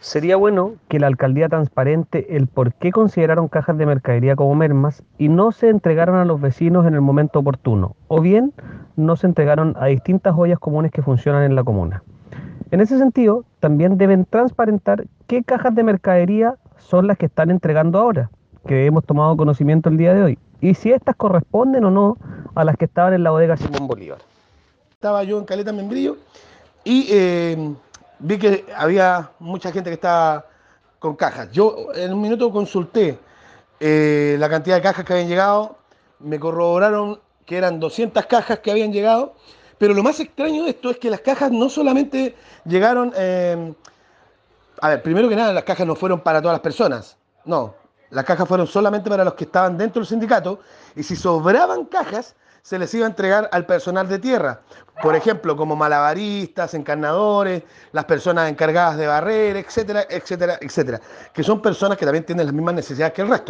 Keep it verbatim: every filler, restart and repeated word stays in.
Sería bueno que la alcaldía transparente el por qué consideraron cajas de mercadería como mermas y no se entregaron a los vecinos en el momento oportuno, o bien no se entregaron a distintas ollas comunes que funcionan en la comuna. En ese sentido, también deben transparentar qué cajas de mercadería son las que están entregando ahora, que hemos tomado conocimiento el día de hoy, y si éstas corresponden o no a las que estaban en la bodega Simón Bolívar. Estaba yo en Caleta Membrillo y eh, vi que había mucha gente que estaba con cajas. Yo en un minuto consulté eh, la cantidad de cajas que habían llegado, me corroboraron que eran doscientas cajas que habían llegado, pero lo más extraño de esto es que las cajas no solamente llegaron, eh, a ver, primero que nada, las cajas no fueron para todas las personas, no, las cajas fueron solamente para los que estaban dentro del sindicato y si sobraban cajas, se les iba a entregar al personal de tierra. Por ejemplo, como malabaristas, encarnadores, las personas encargadas de barrer, etcétera, etcétera, etcétera. Que son personas que también tienen las mismas necesidades que el resto.